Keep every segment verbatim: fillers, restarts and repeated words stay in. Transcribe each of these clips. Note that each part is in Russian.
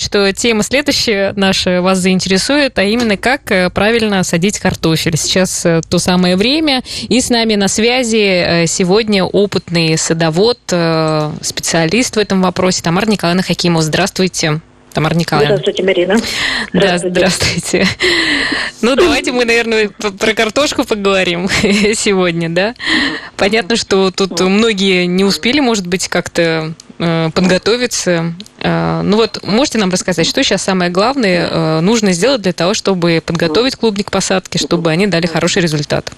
что тема следующая наша вас заинтересует, а именно как правильно садить картофель. Сейчас то самое время, и с нами на связи сегодня опытный садовод, специалист в этом вопросе Тамара Николаевна Хакимова. Здравствуйте, Тамара Николаевна. Здравствуйте, Марина. Здравствуйте. Да, здравствуйте. Ну, давайте мы, наверное, про картошку поговорим сегодня, да? Понятно, что тут многие не успели, может быть, как-то подготовиться. Ну вот, можете нам рассказать, что сейчас самое главное нужно сделать для того, чтобы подготовить клубник к посадке, чтобы они дали хороший результат?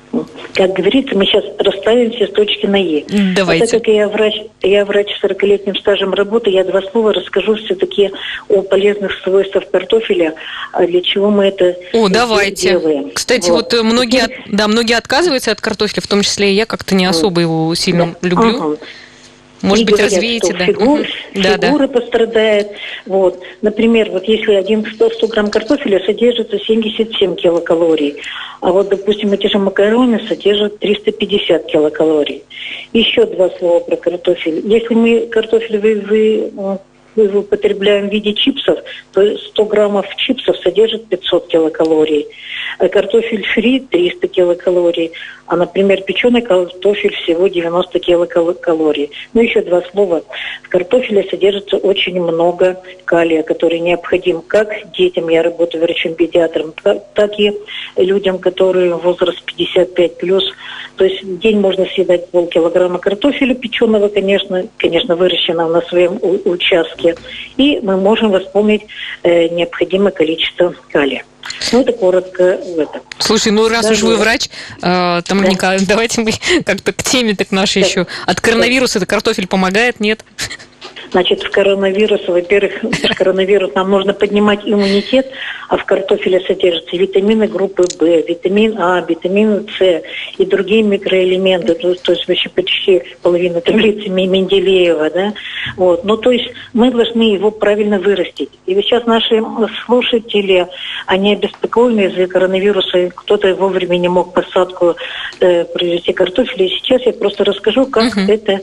Как говорится, мы сейчас расставим все с точки на «и». Давайте. А так как я врач, я врач с сорокалетним стажем работы, я два слова расскажу все-таки о полезных свойствах картофеля, для чего мы это О, давайте. делаем. Кстати, вот, вот многие, Теперь... да, многие отказываются от картофеля, в том числе и я как-то не особо его сильно да. люблю. Ага. Может и быть, говорят, развеете, да? Фигур, угу. фигура да, да. пострадает. Вот. Например, вот если один сто грамм картофеля содержится семьдесят семь килокалорий, а вот, допустим, эти же макароны содержат триста пятьдесят килокалорий. Еще два слова про картофель. Если мы картофель вы, вы, вы употребляем в виде чипсов, то сто граммов чипсов содержит пятьсот килокалорий. А картофель фри триста килокалорий. А, например, печеный картофель всего девяносто килокалорий. Ну, еще два слова. В картофеле содержится очень много калия, который необходим как детям, я работаю врачом-педиатром, так и людям, которые возраст пятьдесят пять плюс. То есть в день можно съедать полкилограмма картофеля печеного, конечно, конечно, выращенного на своем участке. И мы можем восполнить э, необходимое количество калия. Ну, это коротко в этом. Слушай, ну раз да, уж вы врач, э, Тамара да. Николаевна, давайте мы как-то к теме так нашей да. еще. От коронавируса это картофель помогает, нет? Значит, в коронавирус, во-первых, в коронавирус нам нужно поднимать иммунитет, а в картофеле содержатся витамины группы В, витамин А, витамин С и другие микроэлементы, то, то есть вообще почти половина таблицы Менделеева, да. Вот. Ну, то есть мы должны его правильно вырастить. И вот сейчас наши слушатели, они обеспокоены из-за коронавируса, кто-то вовремя не мог посадку э, произвести картофеля. И сейчас я просто расскажу, как uh-huh. это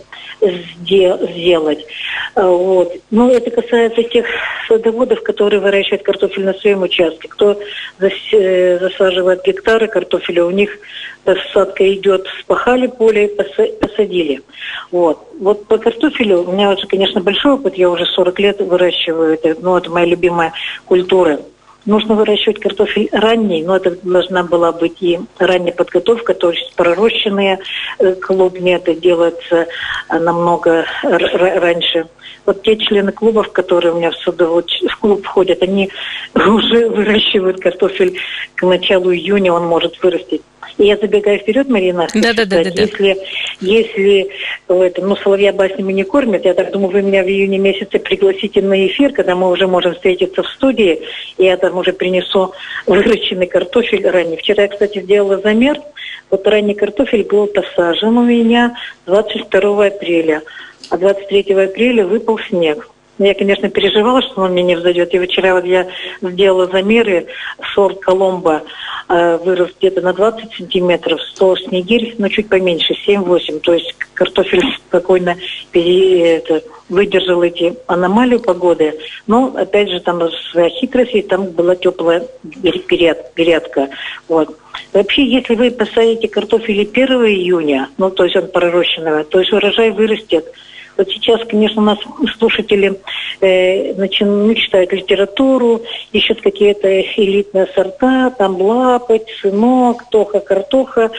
сделать. Вот. Ну, это касается тех садоводов, которые выращивают картофель на своем участке. Кто засаживает гектары картофеля, у них посадка идет, спахали поле и посадили. Вот. Вот по картофелю у меня уже, конечно, большой опыт, я уже сорок лет выращиваю это, ну, это моя любимая культура. Нужно выращивать картофель ранний, но это должна была быть и ранняя подготовка, то есть пророщенные клубни, это делается намного р- раньше. Вот те члены клубов, которые у меня в садовод, в клуб входят, они уже выращивают картофель к началу июня, он может вырасти. И я забегаю вперед, Марина, да, да, да, да, да. если, если в этом, ну, соловья баснями не кормят, я так думаю, вы меня в июне месяце пригласите на эфир, когда мы уже можем встретиться в студии, и я там уже принесу выращенный картофель ранний. Вчера я, кстати, сделала замер, вот ранний картофель был посажен у меня двадцать второго апреля, а двадцать третьего апреля выпал снег. Я, конечно, переживала, что он мне не взойдет. И вчера вот я сделала замеры, сорт Коломбо э, вырос где-то на двадцать сантиметров, сто снегирь, но чуть поменьше, семь-восемь. То есть картофель спокойно пере, это, выдержал эти аномалии погоды. Но, опять же, там своя хитрость, и там была теплая периодка. Вот. Вообще, если вы посадите картофель первого июня, ну, то есть он пророщенного, то есть урожай вырастет. Вот сейчас, конечно, у нас слушатели э, начинают, читают литературу, ищут какие-то элитные сорта, там лапоть, сынок, тоха, картоха.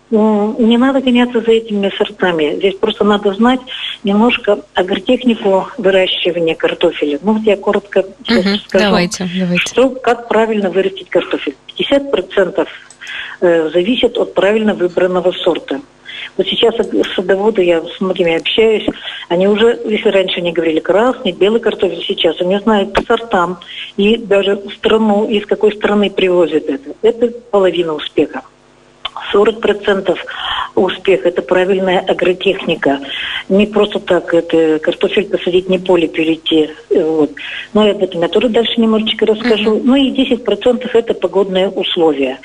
Не надо гоняться за этими сортами. Здесь просто надо знать немножко агротехнику выращивания картофеля. Ну, вот я коротко сейчас угу, скажу, давайте, давайте. Что, как правильно вырастить картофель. пятьдесят процентов э, зависит от правильно выбранного сорта. Вот сейчас садоводы, я с многими общаюсь, они уже, если раньше они говорили красный, белый картофель, сейчас они знают по сортам и даже страну, из какой страны привозят это. Это половина успеха. сорок процентов успеха – это правильная агротехника. Не просто так это картофель посадить, не поле перейти. Вот. Но я об этом я тоже дальше немножечко расскажу. Uh-huh. Ну и десять процентов – это погодные условия.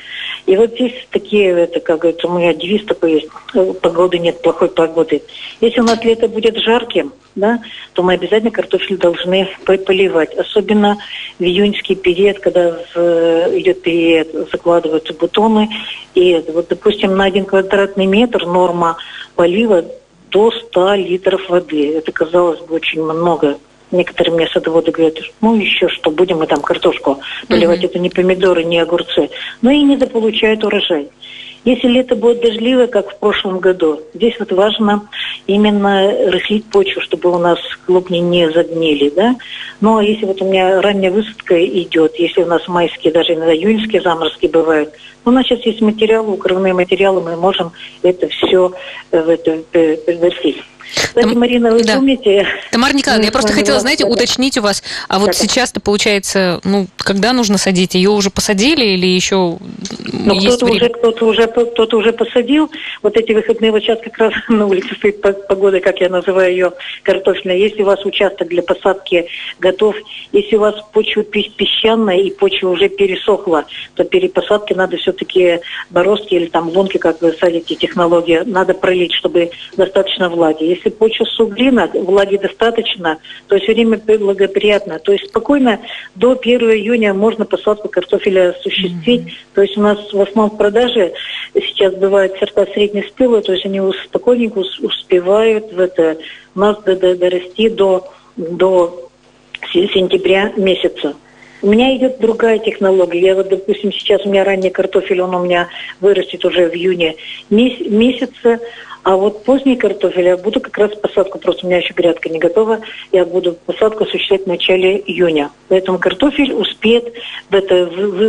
И вот здесь такие, это, как говорится, у меня девиз такой есть, погоды нет, плохой погоды. Если у нас лето будет жарким, да, то мы обязательно картофель должны поливать. Особенно в июньский период, когда идет период, закладываются бутоны. И вот, допустим, на один квадратный метр норма полива до ста литров воды. Это, казалось бы, очень много. Некоторые мне садоводы говорят, ну еще что, будем мы там картошку поливать, mm-hmm. это не помидоры, не огурцы. Но и недополучают урожай. Если лето будет дождливое, как в прошлом году, здесь вот важно именно рыхлить почву, чтобы у нас клубни не загнили, да. Ну, а если вот у меня ранняя высадка идет, если у нас майские, даже иногда июньские заморозки бывают, ну, у нас сейчас есть материалы, укрывные материалы, мы можем это все в это превратить. Кстати, Там, Марина, вы да. помните? Тамара Николаевна, я просто хотела, знаете, да, уточнить у вас, а вот сейчас-то получается, ну, когда нужно садить? Ее уже посадили или еще ну, есть кто-то время? уже, кто-то уже, кто-то уже посадил. Вот эти выходные, вот сейчас как раз на улице стоит погода, как я называю ее, картофельная. Если у вас участок для посадки готов, если у вас почва песчаная и почва уже пересохла, то перед посадкой надо все-таки бороздки или там лунки, как вы садите, технология, надо пролить, чтобы достаточно влаги. Если почва суглина, влаги достаточно, то есть время благоприятно. То есть спокойно до первого июня можно посадку картофеля осуществить. Mm-hmm. То есть у нас в основном в продаже сейчас бывают сорта среднеспелые, то есть они спокойненько успевают в это, у нас дорасти до, до сентября месяца. У меня идет другая технология. Я вот, допустим, сейчас у меня ранний картофель, он у меня вырастет уже в июне месяце, а вот поздний картофель я буду как раз посадку, просто у меня еще грядка не готова, я буду посадку осуществлять в начале июня. Поэтому картофель успеет в это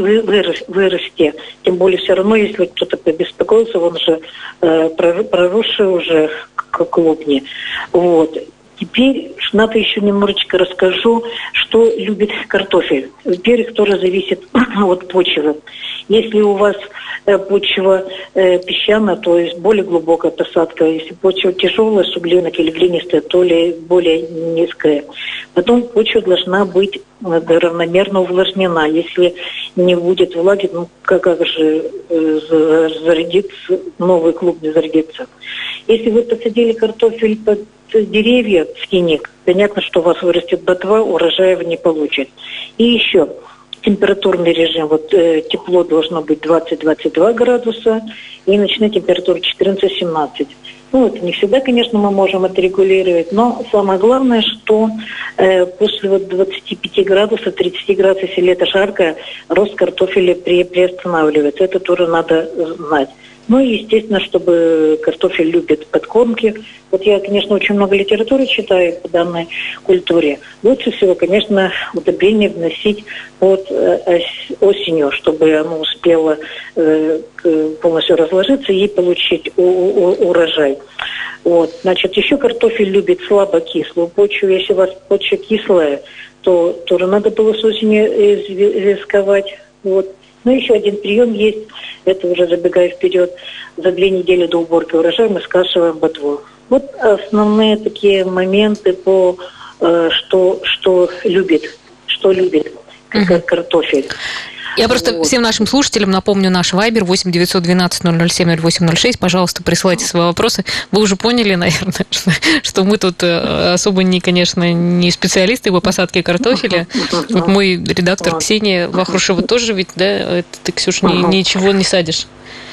вырасти. Тем более все равно, если кто-то побеспокоился, он же э, проросший уже клубни. Вот. Теперь надо еще немножечко расскажу, что любит картофель. Во-первых, тоже зависит от почвы. Если у вас э, почва э, песчаная, то есть более глубокая посадка. Если почва тяжелая, суглинок или глинистая, то ли более низкая. Потом почва должна быть равномерно увлажнена. Если не будет влаги, ну как, как же э, зародится, новый клуб не зародится. Если вы посадили картофель под деревья в тени, понятно, что у вас вырастет ботва, урожая вы не получите. И еще температурный режим. Вот э, тепло должно быть двадцать-двадцать два градуса и ночная температура четырнадцать-семнадцать. Ну, это не всегда, конечно, мы можем отрегулировать, но самое главное, что э, после вот двадцати пяти градусов, тридцати градусов, если лето жаркое, рост картофеля при, приостанавливается. Это тоже надо знать. Ну и, естественно, чтобы картофель любит подкормки. Вот я, конечно, очень много литературы читаю по данной культуре. Лучше всего, конечно, удобрение вносить под э, осенью, чтобы оно успело э, полностью разложиться и получить у, у, урожай. Вот. Значит, еще картофель любит слабо кислую почву. Если у вас почва кислая, то тоже надо было с осени известковать. Вот. Ну, еще один прием есть, это уже забегая вперед, за две недели до уборки урожая мы скашиваем ботву. Вот основные такие моменты по э, что, что любит, что любит как картофель. Я просто вот. Всем нашим слушателям напомню наш вайбер восемь девятьсот двенадцать ноль ноль семь ноль восемь ноль шесть. Пожалуйста, присылайте свои вопросы. Вы уже поняли, наверное, что, что мы тут особо не, конечно, не специалисты по посадке картофеля. Вот мой редактор Ксения Вахрушева тоже ведь, да, это ты, Ксюш, ни, ничего не садишь.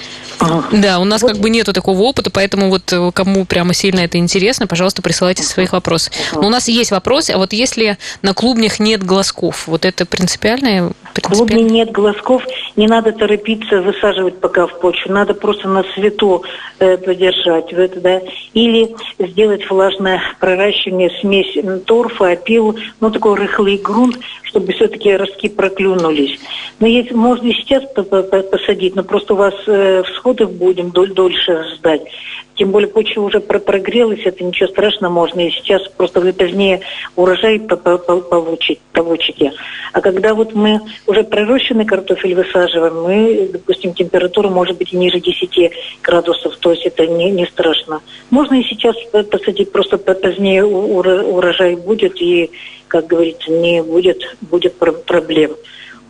Да, у нас вот. Как бы нету такого опыта, поэтому вот кому прямо сильно это интересно, пожалуйста, присылайте свои вопросы. Но у нас есть вопросы, а вот если на клубнях нет глазков, вот это принципиальное? В клубне нет глазков, не надо торопиться высаживать пока в почву, надо просто на свету э, подержать, в это, да, или сделать влажное проращивание, смесь торфа, опилу, ну такой рыхлый грунт, чтобы все-таки ростки проклюнулись. Но если можно и сейчас посадить, но просто у вас э, всходов будем доль, дольше ждать. Тем более почва уже прогрелась, это ничего страшного, можно и сейчас просто вы позднее урожай получите, получите. А когда вот мы уже пророщенный картофель высаживаем, мы, допустим, температура может быть ниже десяти градусов, то есть это не, не страшно. Можно и сейчас посадить, просто позднее урожай будет и, как говорится, не будет, будет проблем.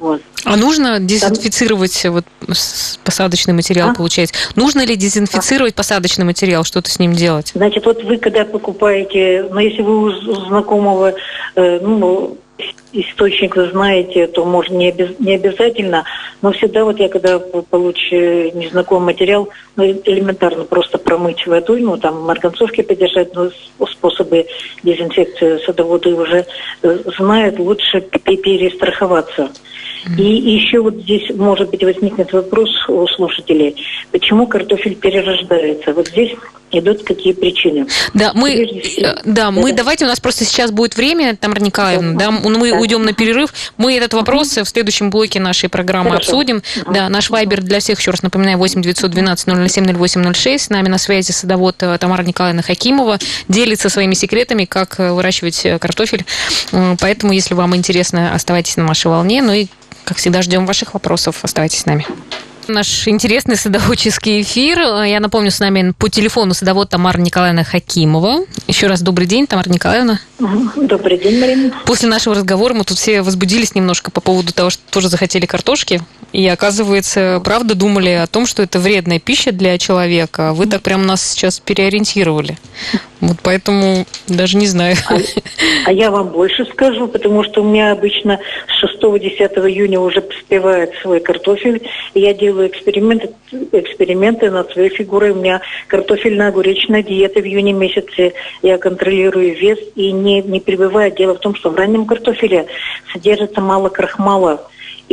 Вот. А нужно дезинфицировать Там... вот посадочный материал, а? получается? Нужно ли дезинфицировать а? посадочный материал, что-то с ним делать? Значит, вот вы когда покупаете, ну, если вы у знакомого, э, ну, источник вы знаете, то, может, не, обез, не обязательно, но всегда вот я, когда получу незнакомый материал, ну, элементарно просто промыть водой, ну, там, марганцовки подержать, но способы дезинфекции садоводы уже знают, лучше перестраховаться. Mm-hmm. И еще вот здесь, может быть, возникнет вопрос у слушателей, почему картофель перерождается? Вот здесь идут какие причины. Да, мы, да, да, мы давайте, у нас просто сейчас будет время, Тамара Николаевна, да, да мы да. уйдем на перерыв, мы этот вопрос uh-huh. в следующем блоке нашей программы Хорошо. обсудим. Uh-huh. Да, наш вайбер для всех, еще раз напоминаю, восемь девятьсот двенадцать ноль ноль семь ноль восемь ноль шесть, с нами на связи садовод Тамара Николаевна Хакимова, делится своими секретами, как выращивать картофель, поэтому, если вам интересно, оставайтесь на нашей волне, ну и, как всегда, ждем ваших вопросов, оставайтесь с нами. Наш интересный садоводческий эфир. Я напомню, с нами по телефону садовод Тамара Николаевна Хакимова. Еще раз добрый день, Тамара Николаевна. Добрый день, Марина. После нашего разговора мы тут все возбудились немножко по поводу того, что тоже захотели картошки. И, оказывается, правда думали о том, что это вредная пища для человека. Вы так прям нас сейчас переориентировали. Вот поэтому даже не знаю. А, а я вам больше скажу, потому что у меня обычно с шестого-десятого июня уже поспевает свой картофель. И я делаю эксперименты, эксперименты над своей фигурой. У меня картофельно-огуречная диета в июне месяце. Я контролирую вес и не, не прибываю. Дело в том, что в раннем картофеле содержится мало крахмала.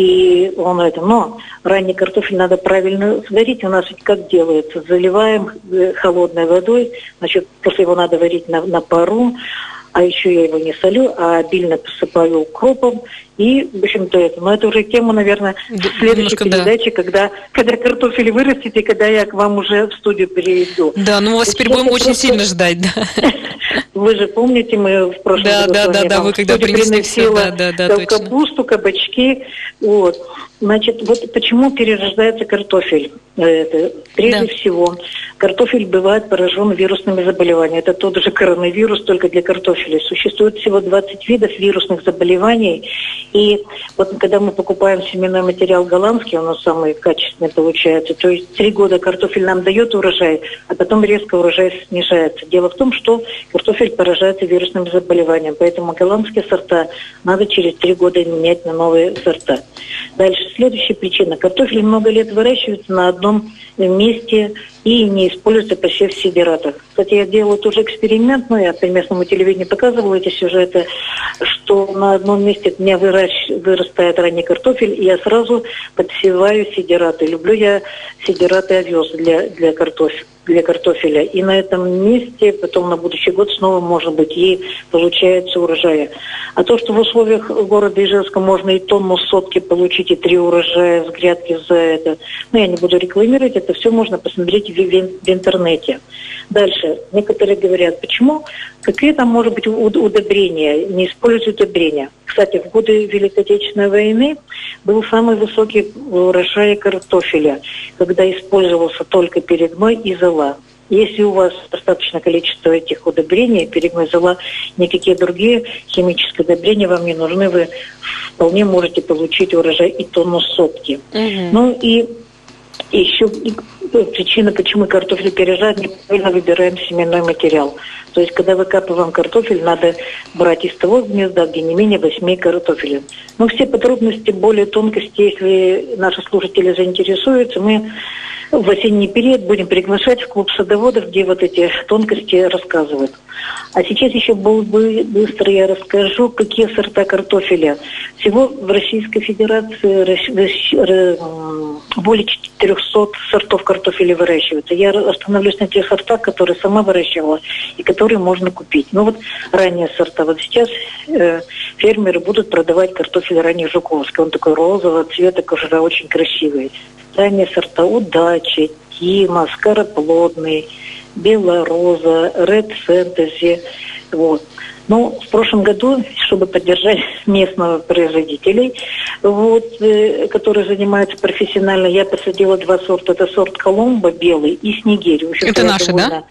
И он это, но ранний картофель надо правильно сварить. У нас ведь как делается? Заливаем холодной водой, значит, после его надо варить на, на пару, а еще я его не солю, а обильно посыпаю укропом. И, в общем-то, это. Но это уже тему, наверное, в следующей Немножко, передаче, да. когда, когда картофель вырастет, и когда я к вам уже в студию перейду. Да, ну мы вас теперь будем очень просто... сильно ждать, да. Вы же помните, мы в прошлом да, году да, да, да, вы когда принесли все, да, да, да, капусту, кабачки, вот. Значит, вот почему перерождается картофель? Это, прежде да. всего, картофель бывает поражен вирусными заболеваниями. Это тот же коронавирус, только для картофеля. Существует всего двадцать видов вирусных заболеваний. И вот когда мы покупаем семенной материал голландский, он самый качественный получается. То есть три года картофель нам дает урожай, а потом резко урожай снижается. Дело в том, что картофель поражается вирусным заболеванием. Поэтому голландские сорта надо через три года менять на новые сорта. Дальше. Следующая причина. Картофель много лет выращивается на одном месте и не используется посев в сидератах. Кстати, я делала тоже эксперимент, но я по местному телевидению показывала эти сюжеты, что на одном месте у меня выращ... вырастает ранний картофель, и я сразу подсеваю сидераты. Люблю я сидераты овес для, для, картофеля, для картофеля. И на этом месте потом на будущий год снова, может быть, и получается урожая. А то, что в условиях города Ижевска можно и тонну сотки получить, и три урожая с грядки за это, ну, я не буду рекламировать, это все можно посмотреть в, в, в интернете. Дальше. Некоторые говорят, почему, какие там, может быть, удобрения, не используют удобрения. Кстати, в годы Великой Отечественной войны был самый высокий урожай картофеля, когда использовался только перегной и зола. Если у вас достаточное количество этих удобрений, перегной, зола, никакие другие химические удобрения вам не нужны, вы вполне можете получить урожай и тонну сотки. Угу. Ну и еще причина, почему картофель пережать, неправильно выбираем семенной материал. То есть, когда выкапываем картофель, надо брать из того гнезда, где не менее восьми картофелей. Ну, все подробности, более тонкости, если наши слушатели заинтересуются, мы в осенний период будем приглашать в клуб садоводов, где вот эти тонкости рассказывают. А сейчас еще быстро я расскажу, какие сорта картофеля. Всего в Российской Федерации более четырехсот сортов картофеля выращивается. Я остановлюсь на тех сортах, которые сама выращивала и которые можно купить. Ну вот ранние сорта. Вот сейчас э, фермеры будут продавать картофель ранний Жуковский. Он такой розового цвета, кожура очень красивый. Ранние сорта Удачи, Тима, Скороплодный, Белороза, Ред Фэнтези. Вот. Ну, в прошлом году, чтобы поддержать местных производителей, вот, э, которые занимаются профессионально, я посадила два сорта. Это сорт Коломбо белый и Снегирь. Это наши, довольно... да?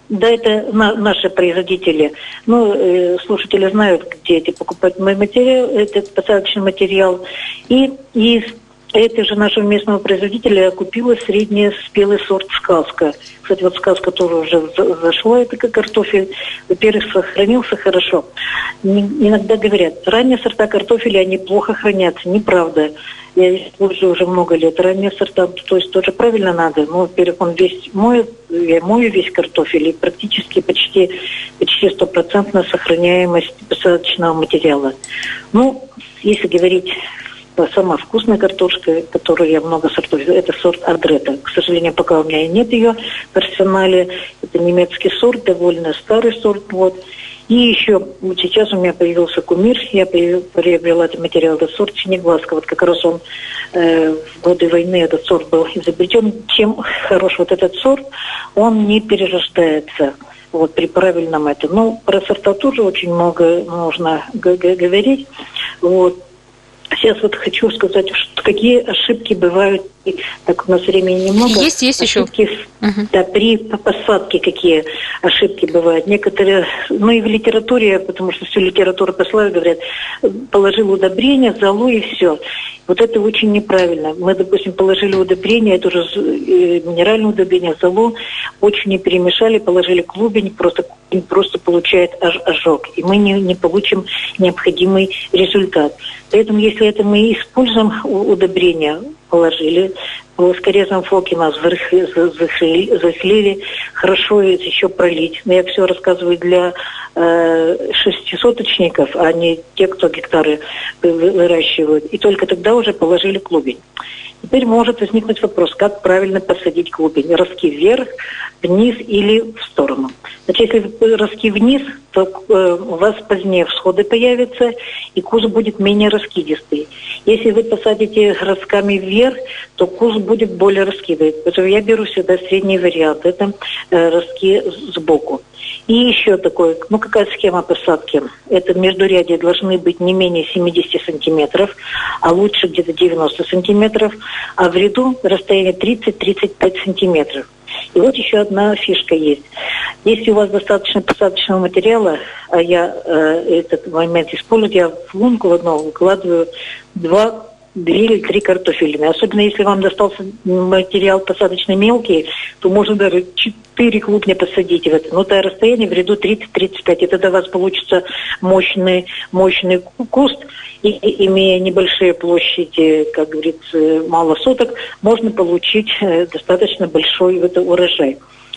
Да, это на, наши производители. Ну, э, слушатели знают, где эти покупать мой материал, этот посадочный материал. И из этого же нашего местного производителя я купила среднеспелый сорт «Сказка». Кстати, вот «Сказка» тоже уже зашла, это как картофель. Во-первых, сохранился хорошо. Иногда говорят, ранние сорта картофеля, они плохо хранятся. Неправда. Я использую уже много лет. Ранние сорта, то есть тоже правильно надо. Ну, во-первых, он весь моет, я мою весь картофель, и практически почти почти стопроцентная сохраняемость посадочного материала. Ну, если говорить... Сама вкусная картошка, которую я много сортов, это сорт Адрета. К сожалению, пока у меня нет ее в арсенале. Это немецкий сорт, довольно старый сорт. Вот. И еще вот сейчас у меня появился кумир. Я приобрела этот материал, это сорт Синеглазка. Вот как раз он э, в годы войны, этот сорт был изобретен. Чем хорош вот этот сорт, он не перерождается. Вот при правильном этом. Ну, про сорта тоже очень много нужно г- г- говорить. Вот. Сейчас вот хочу сказать, что какие ошибки бывают, так у нас времени немного. Есть, есть ошибки, еще. Uh-huh. Да, при посадке какие ошибки бывают. Некоторые, ну и в литературе, потому что всю литературу послали, говорят, положил удобрение, золу и все. Вот это очень неправильно. Мы, допустим, положили удобрение, это уже минеральное удобрение, золу, очень не перемешали, положили клубень, просто, просто получает ожог. И мы не, не получим необходимый результат. Поэтому, если это мы используем удобрение, положили, плоскорезом фоки нас захлили, хорошо еще пролить. Но я все рассказываю для э, шестисоточников, а не те, кто гектары выращивают. И только тогда уже положили клубень. Теперь может возникнуть вопрос, как правильно посадить клубень. Ростки вверх, вниз или в сторону. Значит, если ростки вниз, то э, у вас позднее всходы появятся, и куст будет менее раскидистый. Если вы посадите ростками вверх, то куст будет более раскидывать. Поэтому я беру всегда средний вариант. Это э, ростки сбоку. И еще такое, ну какая схема посадки? Это междурядья должны быть не менее семьдесят сантиметров, а лучше где-то девяносто сантиметров, а в ряду расстояние тридцать-тридцать пять сантиметров. И вот еще одна фишка есть. Если у вас достаточно посадочного материала, а я э, этот момент использую, я в лунку в одну выкладываю два две или три картофелины. Особенно если вам достался материал посадочный мелкий, то можно даже четыре клубня посадить в это. Но это расстояние в ряду тридцать-тридцать пять. И тогда у вас получится мощный, мощный куст. И, и, имея небольшие площади, как говорится, мало соток, можно получить достаточно большой это, урожай.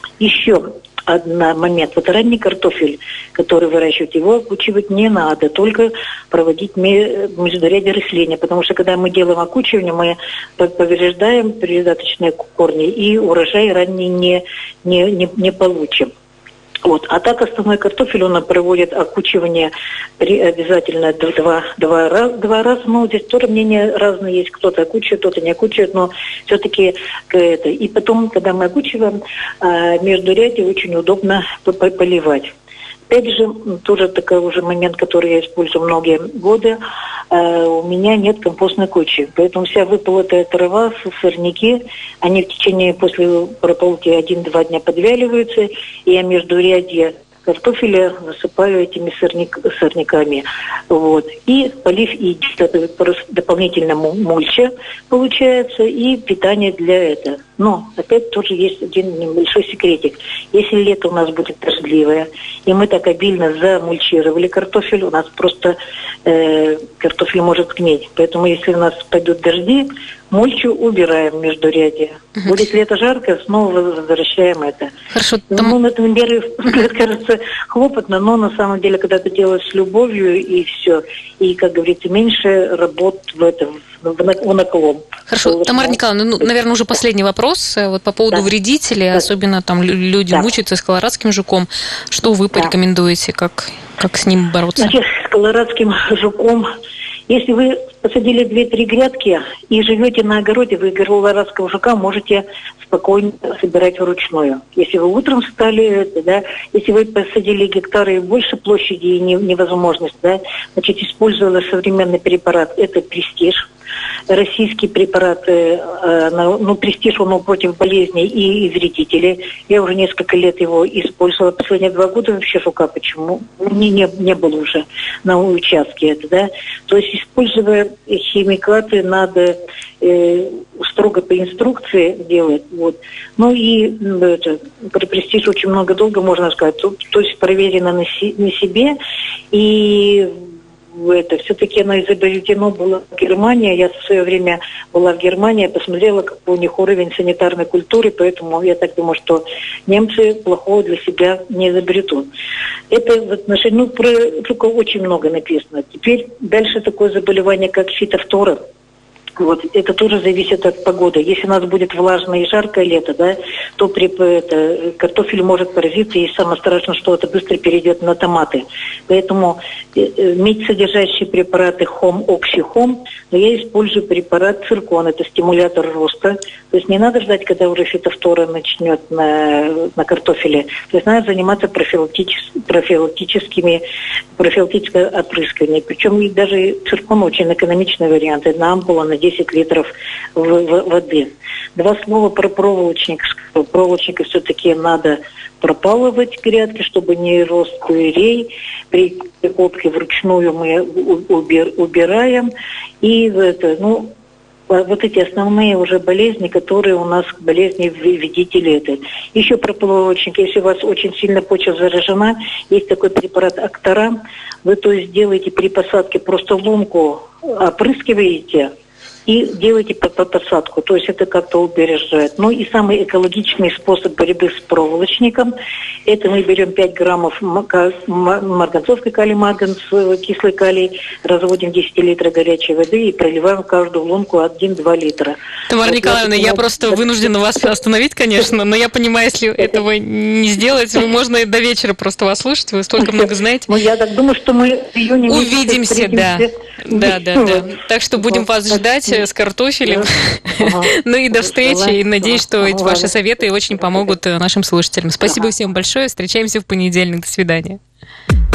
Еще один момент. Вот ранний картофель, который выращивать, его окучивать не надо, только проводить междурядье рыхления, потому что когда мы делаем окучивание, мы повреждаем передаточные корни, и урожай ранний не, не, не, не получим. Вот. А так основной картофель, он проводит окучивание при обязательно два, два, раз, два раза. Ну, здесь тоже мнения разные есть. Кто-то окучивает, кто-то не окучивает, но все-таки это. И потом, когда мы окучиваем, междурядье очень удобно поливать. Опять же, тоже такой уже момент, который я использую многие годы. Э, у меня нет компостной кучи. Поэтому вся выполотая трава, сорняки, они в течение после прополки один-два дня подвяливаются. И я междурядье картофеля засыпаю этими сорняк, сорняками. Вот. И полив и дополнительно мульча получается, и питание для этого. Но опять тоже есть один небольшой секретик. Если лето у нас будет дождливое, и мы так обильно замульчировали картофель, у нас просто э, картофель может гнить. Поэтому если у нас пойдут дожди, мульчу убираем между рядья. Угу. Будет лето жарко, снова возвращаем это. Хорошо. Ну, там... на этом деле, кажется, хлопотно, но на самом деле, когда ты делаешь с любовью, и все, и, как говорится, меньше работ в этом, в наклон. Хорошо, Тамара Николаевна, ну, наверное, уже последний вопрос вот по поводу да. вредителей, да. особенно там люди да. мучаются с колорадским жуком. Что вы да. порекомендуете, как, как с ним бороться? Значит, с колорадским жуком, если вы посадили две-три грядки и живете на огороде, вы колорадского жука можете спокойно собирать вручную. Если вы утром встали, да, если вы посадили гектары и больше площади и невозможность, да, значит, использовали современный препарат, это «Престиж». Российские препараты, ну, престиж, он против болезней и вредителей. Я уже несколько лет его использовала. Последние два года вообще шука почему? Не, не, не было уже на участке это, да. То есть, используя химикаты, надо э, строго по инструкции делать. Вот. Ну и это, про престиж очень много долго можно сказать. То, то есть, проверено на, си, на себе. И это все-таки оно изобретено было в Германии. Я в свое время была в Германии, посмотрела, какой у них уровень санитарной культуры, поэтому я так думаю, что немцы плохого для себя не изобретут. Это в отношении, ну, про жуков очень много написано. Теперь дальше такое заболевание, как фитофтора. Вот, это тоже зависит от погоды. Если у нас будет влажное и жаркое лето, да, то при, это, картофель может поразиться, и самое страшное, что это быстро перейдет на томаты. Поэтому э, медь содержащие препараты Хом, Оксихом, но я использую препарат циркон, это стимулятор роста. То есть не надо ждать, когда уже фитофтора начнет на, на картофеле. То есть надо заниматься профилактичес, профилактическими, профилактическим опрыскиванием. Причем и даже циркон очень экономичный вариант. Это на ампула на десять литров в, в, воды. Два слова про проволочник. Проволочника все-таки надо пропалывать грядки, чтобы не рос пырей. При прикопке вручную мы убер, убираем. И это, ну, вот эти основные уже болезни, которые у нас болезни вредителей. Это. Еще про проволочник. Если у вас очень сильно почва заражена, есть такой препарат Акторан. Вы то есть делаете при посадке просто лунку, опрыскиваете и делайте по, по посадку. То есть это как-то убережает. Ну и самый экологичный способ борьбы с проволочником, это мы берем пять граммов марганцовской калий, марганц, кислый калий, разводим десять литров горячей воды и проливаем в каждую лунку один-два литра. Тамара вот Николаевна, я просто вынуждена вас остановить, конечно, но я понимаю, если этого не сделать, вы можно и до вечера просто вас слушать, вы столько много знаете. Ну я так думаю, что мы в июне увидимся, да. Да, да, да. Так что будем вас ждать с картофелем. Ага. Ну и до встречи. И надеюсь, что эти ваши советы очень помогут нашим слушателям. Спасибо ага. всем большое. Встречаемся в понедельник. До свидания.